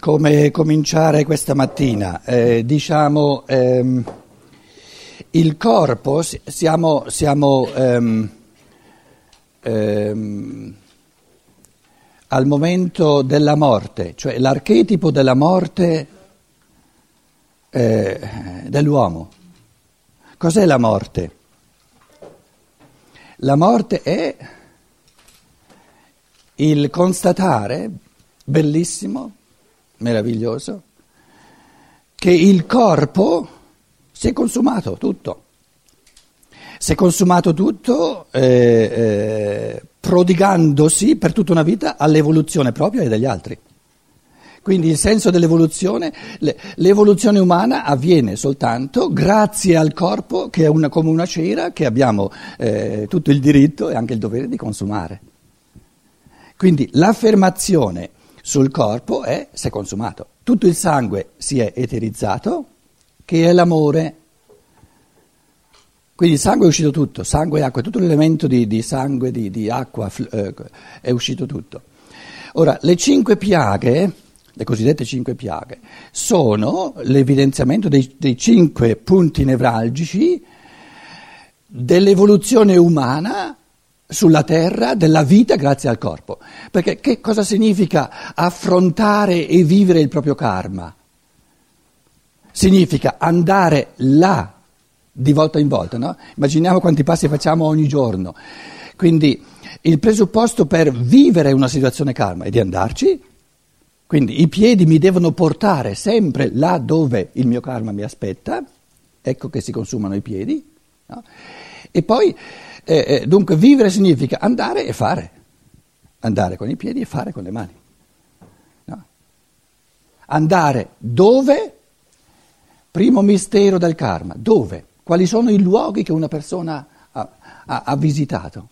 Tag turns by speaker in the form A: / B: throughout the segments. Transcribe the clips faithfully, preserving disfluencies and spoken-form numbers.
A: come cominciare questa mattina? Eh, diciamo, ehm, il corpo, siamo, siamo ehm, ehm, al momento della morte, cioè l'archetipo della morte eh, dell'uomo. Cos'è la morte? La morte è il constatare, bellissimo, meraviglioso, che il corpo si è consumato tutto. Si è consumato tutto eh, eh, prodigandosi per tutta una vita all'evoluzione propria e degli altri. Quindi il senso dell'evoluzione, l'evoluzione umana avviene soltanto grazie al corpo che è una, come una cera che abbiamo eh, tutto il diritto e anche il dovere di consumare. Quindi l'affermazione sul corpo è si è consumato. Tutto il sangue si è eterizzato, che è l'amore. Quindi il sangue è uscito tutto, sangue e acqua, tutto l'elemento di, di sangue, di, di acqua eh, è uscito tutto. Ora, le cinque piaghe, le cosiddette cinque piaghe, sono l'evidenziamento dei, dei cinque punti nevralgici dell'evoluzione umana sulla terra, della vita grazie al corpo. Perché che cosa significa affrontare e vivere il proprio karma? Significa andare là di volta in volta, no? Immaginiamo quanti passi facciamo ogni giorno. Quindi il presupposto per vivere una situazione karma è di andarci, quindi i piedi mi devono portare sempre là dove il mio karma mi aspetta, ecco che si consumano i piedi, no? E poi Eh, dunque vivere significa andare e fare, andare con i piedi e fare con le mani. No? Andare dove? Primo mistero del karma, dove? Quali sono i luoghi che una persona ha, ha, ha visitato?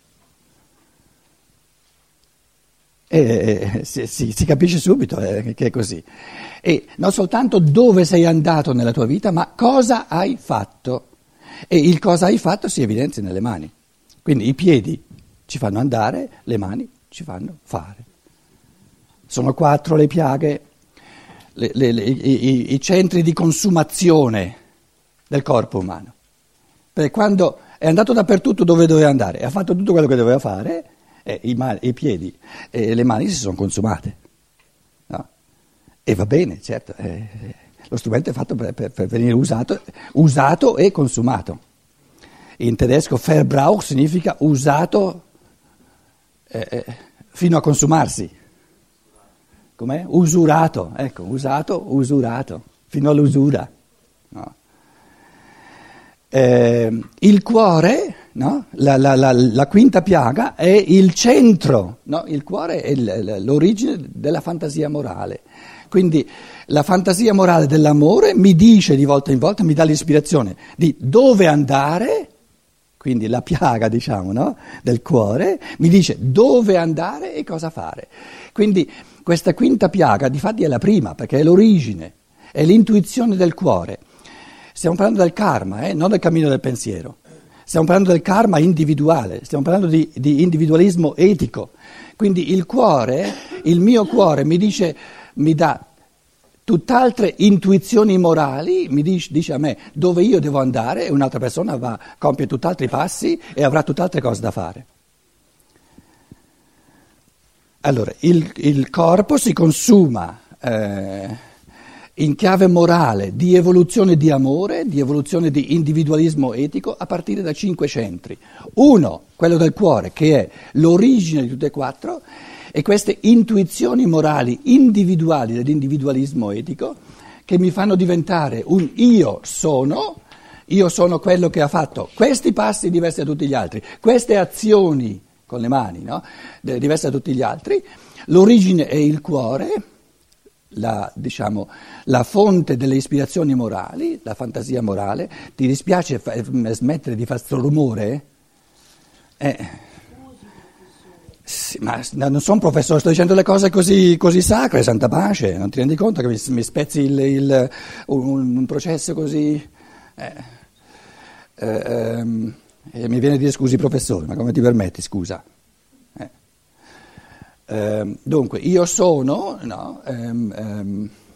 A: E, si, si, si capisce subito eh, che è così. E non soltanto dove sei andato nella tua vita, ma cosa hai fatto. E il cosa hai fatto si evidenzia nelle mani. Quindi i piedi ci fanno andare, le mani ci fanno fare. Sono quattro le piaghe, le, le, le, i, i centri di consumazione del corpo umano. Perché quando è andato dappertutto dove doveva andare, ha fatto tutto quello che doveva fare, eh, i, man- i piedi e le mani si sono consumate. No? E va bene, certo, eh, lo strumento è fatto per, per, per venire usato, usato e consumato. In tedesco Verbrauch significa usato eh, fino a consumarsi. Com'è? Usurato, ecco, usato, usurato, fino all'usura. No? Eh, il cuore, no? la, la, la, la quinta piaga, è il centro, no? Il cuore è il, l'origine della fantasia morale. Quindi la fantasia morale dell'amore mi dice di volta in volta, mi dà l'ispirazione di dove andare. Quindi la piaga, diciamo, no? Del cuore, mi dice dove andare e cosa fare. Quindi questa quinta piaga, difatti, è la prima, perché è l'origine, è l'intuizione del cuore. Stiamo parlando del karma, eh? Non del cammino del pensiero. Stiamo parlando del karma individuale, stiamo parlando di, di individualismo etico. Quindi il cuore, il mio cuore, mi dice, mi dà tutt'altre intuizioni morali, mi dice, dice a me dove io devo andare e un'altra persona va, compie tutt'altri passi e avrà tutt'altre cose da fare. Allora, il, il corpo si consuma eh, in chiave morale di evoluzione di amore, di evoluzione di individualismo etico a partire da cinque centri. Uno, quello del cuore, che è l'origine di tutte e quattro, e queste intuizioni morali individuali dell'individualismo etico che mi fanno diventare un io sono, io sono quello che ha fatto questi passi diversi da tutti gli altri, queste azioni con le mani, no? Diverse da tutti gli altri. L'origine è il cuore, la, diciamo, la fonte delle ispirazioni morali, la fantasia morale. Ti dispiace fa- smettere di fare sto rumore? Eh... Sì, ma non sono professore, sto dicendo le cose così, così sacre, santa pace, non ti rendi conto che mi, mi spezzi il, il, un, un processo così... Eh, eh, ehm, e mi viene a dire scusi professore, ma come ti permetti, scusa? Eh. Eh, dunque, io sono, no, ehm, ehm,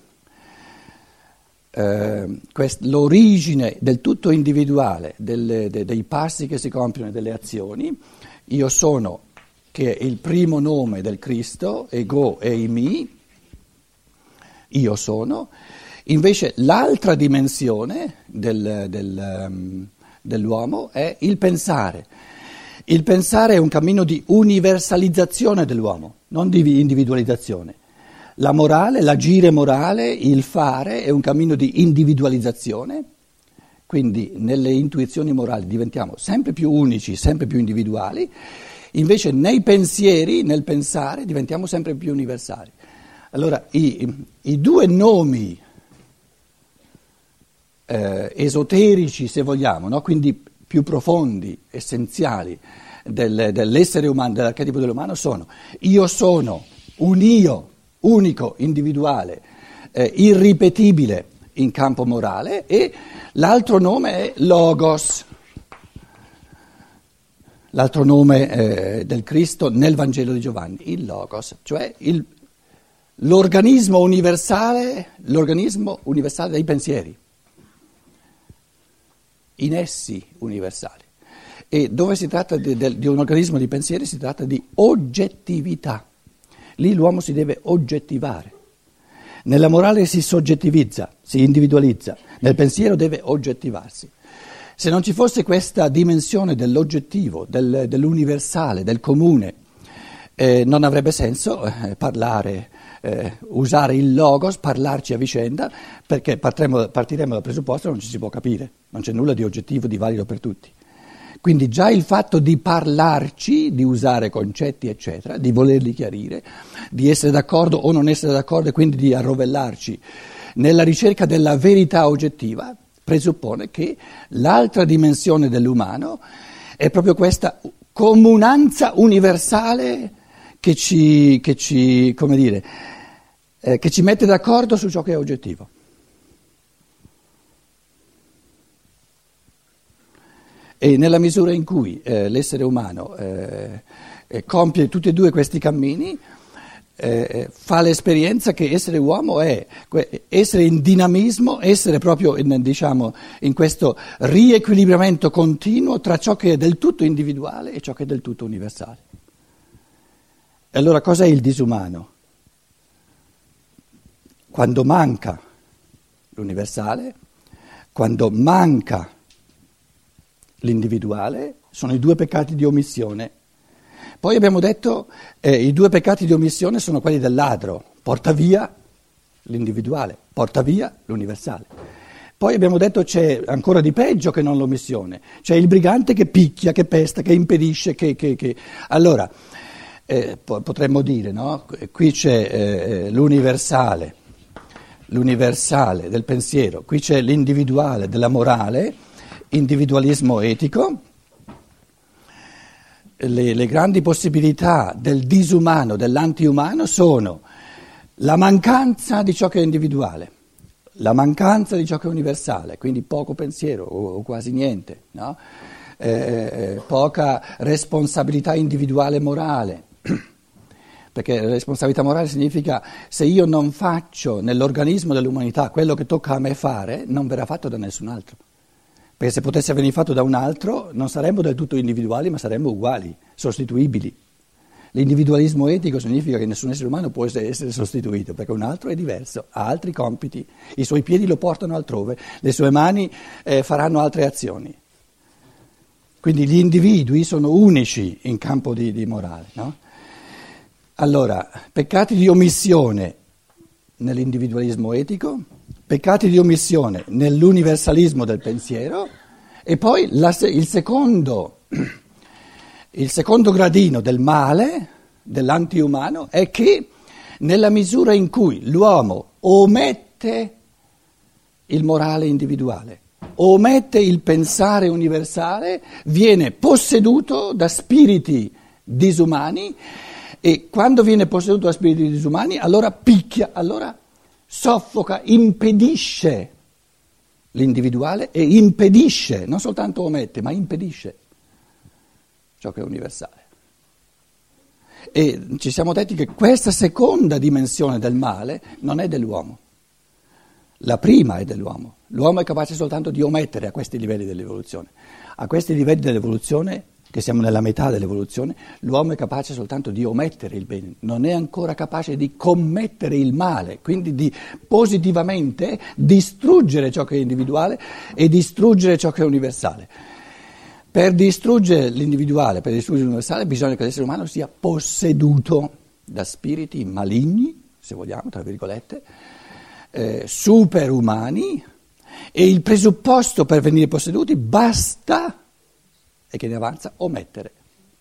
A: eh, quest- l'origine del tutto individuale delle- de- dei passi che si compiono e delle azioni. Io sono, che è il primo nome del Cristo, ego eimi, io sono. Invece l'altra dimensione del, del, um, dell'uomo è il pensare. Il pensare è un cammino di universalizzazione dell'uomo, non di individualizzazione. La morale, l'agire morale, il fare è un cammino di individualizzazione, quindi nelle intuizioni morali diventiamo sempre più unici, sempre più individuali, invece nei pensieri, nel pensare, diventiamo sempre più universali. Allora i, i due nomi eh, esoterici, se vogliamo, no? Quindi più profondi, essenziali del, dell'essere umano, dell'archetipo dell'umano sono: io sono un io unico, individuale, eh, irripetibile in campo morale, e l'altro nome è Logos, l'altro nome eh, del Cristo nel Vangelo di Giovanni, il Logos, cioè il, l'organismo universale, l'organismo universale dei pensieri, in essi universali. E dove si tratta di, di un organismo di pensieri si tratta di oggettività. Lì l'uomo si deve oggettivare. Nella morale si soggettivizza, si individualizza, nel pensiero deve oggettivarsi. Se non ci fosse questa dimensione dell'oggettivo, del, dell'universale, del comune, eh, non avrebbe senso eh, parlare, eh, usare il logos, parlarci a vicenda, perché partiremo, partiremo dal presupposto che non ci si può capire, non c'è nulla di oggettivo, di valido per tutti. Quindi già il fatto di parlarci, di usare concetti, eccetera, di volerli chiarire, di essere d'accordo o non essere d'accordo e quindi di arrovellarci nella ricerca della verità oggettiva, presuppone che l'altra dimensione dell'umano è proprio questa comunanza universale che ci, che ci, come dire, eh, che ci mette d'accordo su ciò che è oggettivo. E nella misura in cui eh, l'essere umano eh, eh, compie tutti e due questi cammini, eh, fa l'esperienza che essere uomo è essere in dinamismo, essere proprio in, diciamo, in questo riequilibramento continuo tra ciò che è del tutto individuale e ciò che è del tutto universale. E allora cos'è il disumano? Quando manca l'universale, quando manca l'individuale, sono i due peccati di omissione. Poi abbiamo detto eh, i due peccati di omissione sono quelli del ladro: porta via l'individuale, porta via l'universale. Poi abbiamo detto c'è ancora di peggio che non l'omissione, c'è il brigante che picchia, che pesta, che impedisce, che... che, che... Allora, eh, potremmo dire, no? Qui c'è eh, l'universale, l'universale del pensiero, qui c'è l'individuale della morale, individualismo etico. Le, le grandi possibilità del disumano, dell'antiumano sono la mancanza di ciò che è individuale, la mancanza di ciò che è universale, quindi poco pensiero o, o quasi niente, no? eh, poca responsabilità individuale morale, perché responsabilità morale significa se io non faccio nell'organismo dell'umanità quello che tocca a me fare, non verrà fatto da nessun altro. Perché se potesse venire fatto da un altro non saremmo del tutto individuali, ma saremmo uguali, sostituibili. L'individualismo etico significa che nessun essere umano può essere sostituito, perché un altro è diverso, ha altri compiti, i suoi piedi lo portano altrove, le sue mani eh, faranno altre azioni. Quindi gli individui sono unici in campo di, di morale, no? Allora, peccati di omissione nell'individualismo etico, peccati di omissione nell'universalismo del pensiero, e poi la, il, secondo, il secondo gradino del male, dell'antiumano, è che nella misura in cui l'uomo omette il morale individuale, omette il pensare universale, viene posseduto da spiriti disumani, e quando viene posseduto da spiriti disumani allora picchia, allora soffoca, impedisce l'individuale e impedisce, non soltanto omette, ma impedisce ciò che è universale. E ci siamo detti che questa seconda dimensione del male non è dell'uomo. La prima è dell'uomo. L'uomo è capace soltanto di omettere a questi livelli dell'evoluzione. A questi livelli dell'evoluzione, che siamo nella metà dell'evoluzione, l'uomo è capace soltanto di omettere il bene, non è ancora capace di commettere il male, quindi di positivamente distruggere ciò che è individuale e distruggere ciò che è universale. Per distruggere l'individuale, per distruggere l'universale, bisogna che l'essere umano sia posseduto da spiriti maligni, se vogliamo, tra virgolette, eh, superumani, e il presupposto per venire posseduti basta, e che ne avanza, omettere.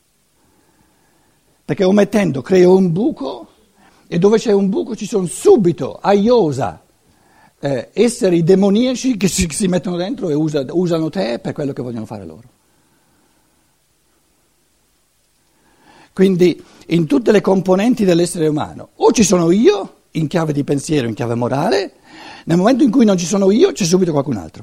A: Perché omettendo creo un buco, e dove c'è un buco ci sono subito, a iosa, eh, esseri demoniaci che si, si mettono dentro e usa, usano te per quello che vogliono fare loro. Quindi in tutte le componenti dell'essere umano, o ci sono io, in chiave di pensiero, in chiave morale, nel momento in cui non ci sono io c'è subito qualcun altro.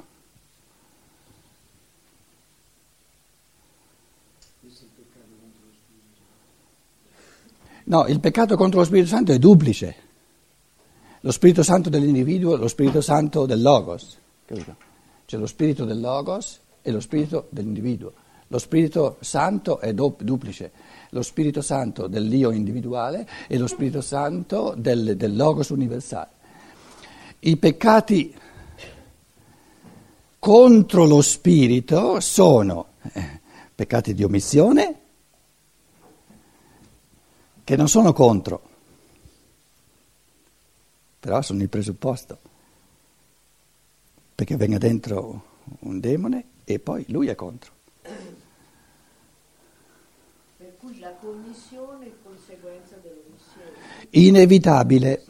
A: No, il peccato contro lo Spirito Santo è duplice. Lo Spirito Santo dell'individuo e lo Spirito Santo del Logos. Capito? C'è lo Spirito del Logos e lo Spirito dell'individuo. Lo Spirito Santo è do- duplice. Lo Spirito Santo dell'io individuale e lo Spirito Santo del, del Logos universale. I peccati contro lo Spirito sono eh, peccati di omissione, che non sono contro, però sono il presupposto, perché venga dentro un demone e poi lui è contro.
B: Per cui la commissione è conseguenza dell'omissione.
A: Inevitabile.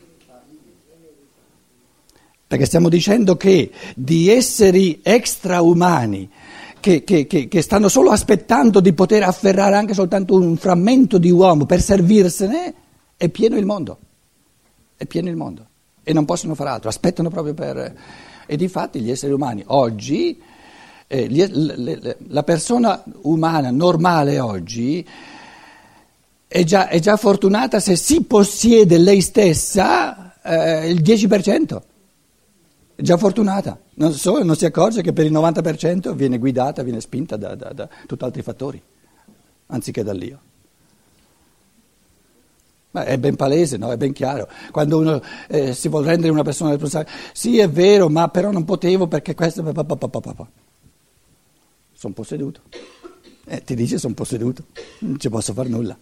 A: Perché stiamo dicendo che di esseri extraumani, che, che, che, che stanno solo aspettando di poter afferrare anche soltanto un frammento di uomo per servirsene, è pieno il mondo. È pieno il mondo. E non possono fare altro, aspettano proprio per... E difatti gli esseri umani oggi, eh, gli, le, le, la persona umana normale oggi è già, è già fortunata se si possiede lei stessa eh, il dieci per cento. È già fortunata, non, so, non si accorge che per il novanta per cento viene guidata, viene spinta da, da, da tutt'altri fattori, anziché dall'io. Ma è ben palese, no? È ben chiaro. Quando uno eh, si vuole rendere una persona responsabile, sì è vero, ma però non potevo perché questo... Sono posseduto. Eh, ti dice sono posseduto, non ci posso fare nulla.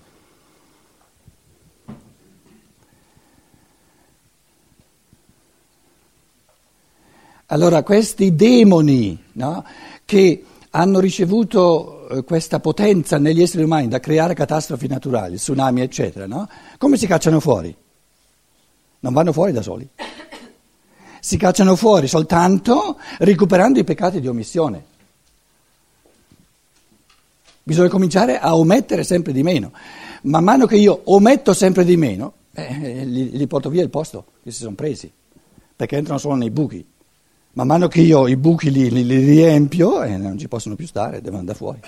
A: Allora questi demoni, no, che hanno ricevuto eh, questa potenza negli esseri umani da creare catastrofi naturali, tsunami eccetera, no? Come si cacciano fuori? Non vanno fuori da soli. Si cacciano fuori soltanto recuperando i peccati di omissione. Bisogna cominciare a omettere sempre di meno. Man mano che io ometto sempre di meno, eh, li, li porto via il posto che si sono presi, perché entrano solo nei buchi. Man mano che io i buchi li, li, li riempio e eh, non ci possono più stare, devono andare fuori.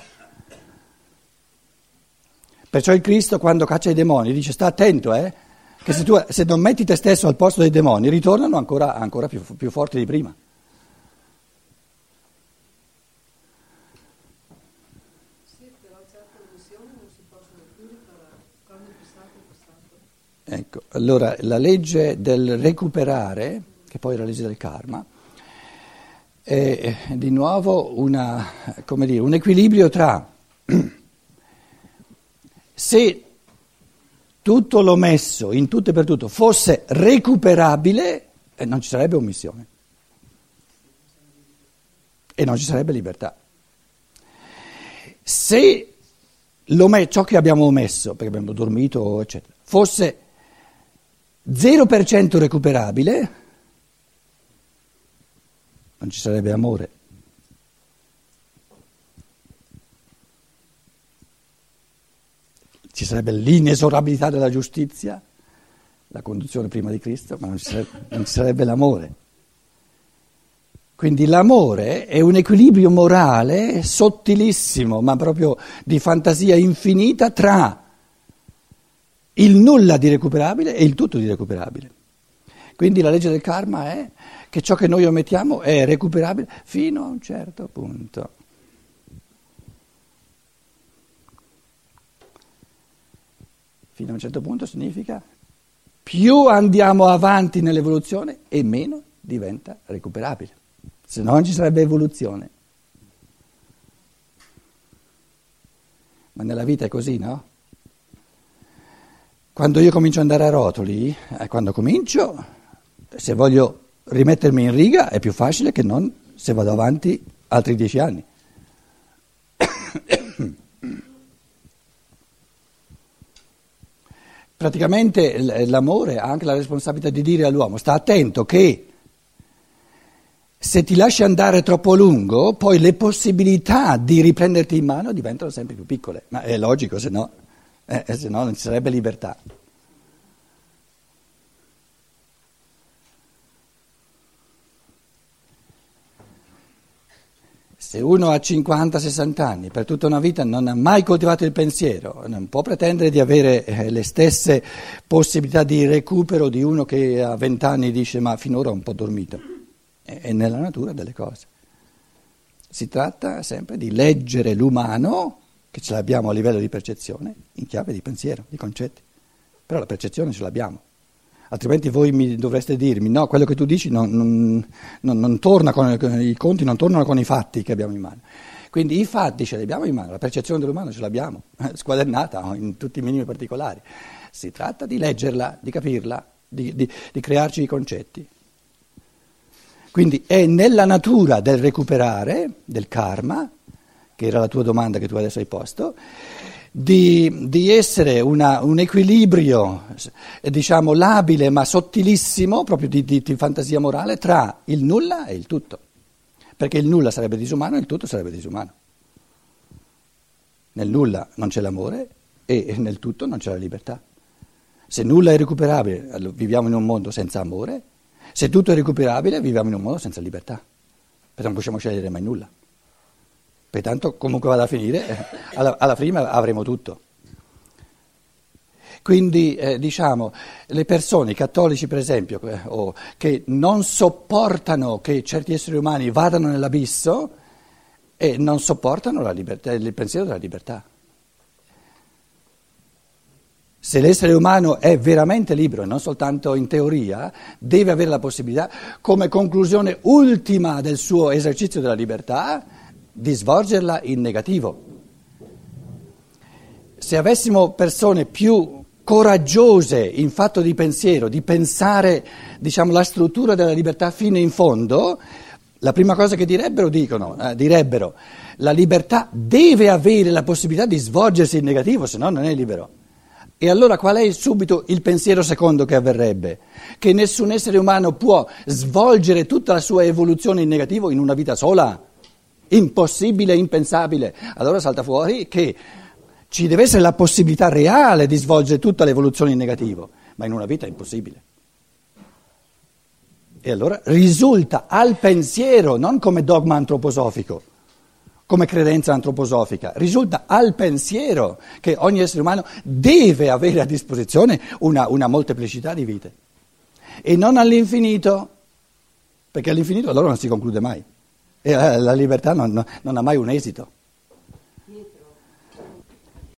A: Perciò il Cristo quando caccia i demoni dice sta attento, eh, che se tu se non metti te stesso al posto dei demoni ritornano ancora, ancora più, più forti di prima.
B: Sì, però certe omissioni non si possono più riparare, quando è passato è passato.
A: Ecco, allora la legge del recuperare, che poi è la legge del karma, è di nuovo una, come dire, un equilibrio tra se tutto l'omesso in tutto e per tutto fosse recuperabile, eh, non ci sarebbe omissione e non ci sarebbe libertà. Se l'ome- ciò che abbiamo omesso, perché abbiamo dormito eccetera, fosse zero per cento recuperabile, non ci sarebbe amore. Ci sarebbe l'inesorabilità della giustizia, la conduzione prima di Cristo, ma non ci sarebbe, non ci sarebbe l'amore. Quindi l'amore è un equilibrio morale sottilissimo, ma proprio di fantasia infinita tra il nulla di recuperabile e il tutto di recuperabile. Quindi la legge del karma è che ciò che noi omettiamo è recuperabile fino a un certo punto. Fino a un certo punto significa più andiamo avanti nell'evoluzione e meno diventa recuperabile, se no non ci sarebbe evoluzione. Ma nella vita è così, no? Quando io comincio ad andare a rotoli, eh, quando comincio, se voglio rimettermi in riga è più facile che non se vado avanti altri dieci anni. Praticamente l'amore ha anche la responsabilità di dire all'uomo: sta attento che se ti lasci andare troppo a lungo, poi le possibilità di riprenderti in mano diventano sempre più piccole. Ma è logico, se no, eh, se no non ci sarebbe libertà. Se uno ha cinquanta sessanta anni, per tutta una vita non ha mai coltivato il pensiero, non può pretendere di avere eh, le stesse possibilità di recupero di uno che a venti anni dice ma finora ho un po' dormito. È, è nella natura delle cose. Si tratta sempre di leggere l'umano, che ce l'abbiamo a livello di percezione, in chiave di pensiero, di concetti. Però la percezione ce l'abbiamo. Altrimenti voi mi dovreste dirmi, no, quello che tu dici non, non, non, non torna con, con i conti, non tornano con i fatti che abbiamo in mano. Quindi i fatti ce li abbiamo in mano, la percezione dell'umano ce l'abbiamo, squadernata in tutti i minimi particolari. Si tratta di leggerla, di capirla, di, di, di crearci i concetti. Quindi è nella natura del recuperare, del karma, che era la tua domanda che tu adesso hai posto, Di, di essere una, un equilibrio, diciamo, labile ma sottilissimo, proprio di, di, di fantasia morale, tra il nulla e il tutto. Perché il nulla sarebbe disumano e il tutto sarebbe disumano. Nel nulla non c'è l'amore e nel tutto non c'è la libertà. Se nulla è recuperabile, allora viviamo in un mondo senza amore. Se tutto è recuperabile, viviamo in un mondo senza libertà. Perché non possiamo scegliere mai nulla. Pertanto comunque vada a finire, eh, alla, alla fine avremo tutto. Quindi eh, diciamo, le persone, i cattolici per esempio, eh, oh, che non sopportano che certi esseri umani vadano nell'abisso e non sopportano la libertà, il pensiero della libertà. Se l'essere umano è veramente libero e non soltanto in teoria, deve avere la possibilità, come conclusione ultima del suo esercizio della libertà, di svolgerla in negativo. Se avessimo persone più coraggiose in fatto di pensiero, di pensare, diciamo, la struttura della libertà fino in fondo, la prima cosa che direbbero, dicono, eh, direbbero, la libertà deve avere la possibilità di svolgersi in negativo, se no non è libero. E allora qual è subito il pensiero secondo che avverrebbe? Che nessun essere umano può svolgere tutta la sua evoluzione in negativo in una vita sola? Impossibile, impensabile. Allora salta fuori che ci deve essere la possibilità reale di svolgere tutta l'evoluzione in negativo, ma in una vita è impossibile. E allora risulta al pensiero, non come dogma antroposofico, come credenza antroposofica, risulta al pensiero che ogni essere umano deve avere a disposizione una, una molteplicità di vite. E non all'infinito, perché all'infinito allora non si conclude mai. E la libertà non, non ha mai un esito.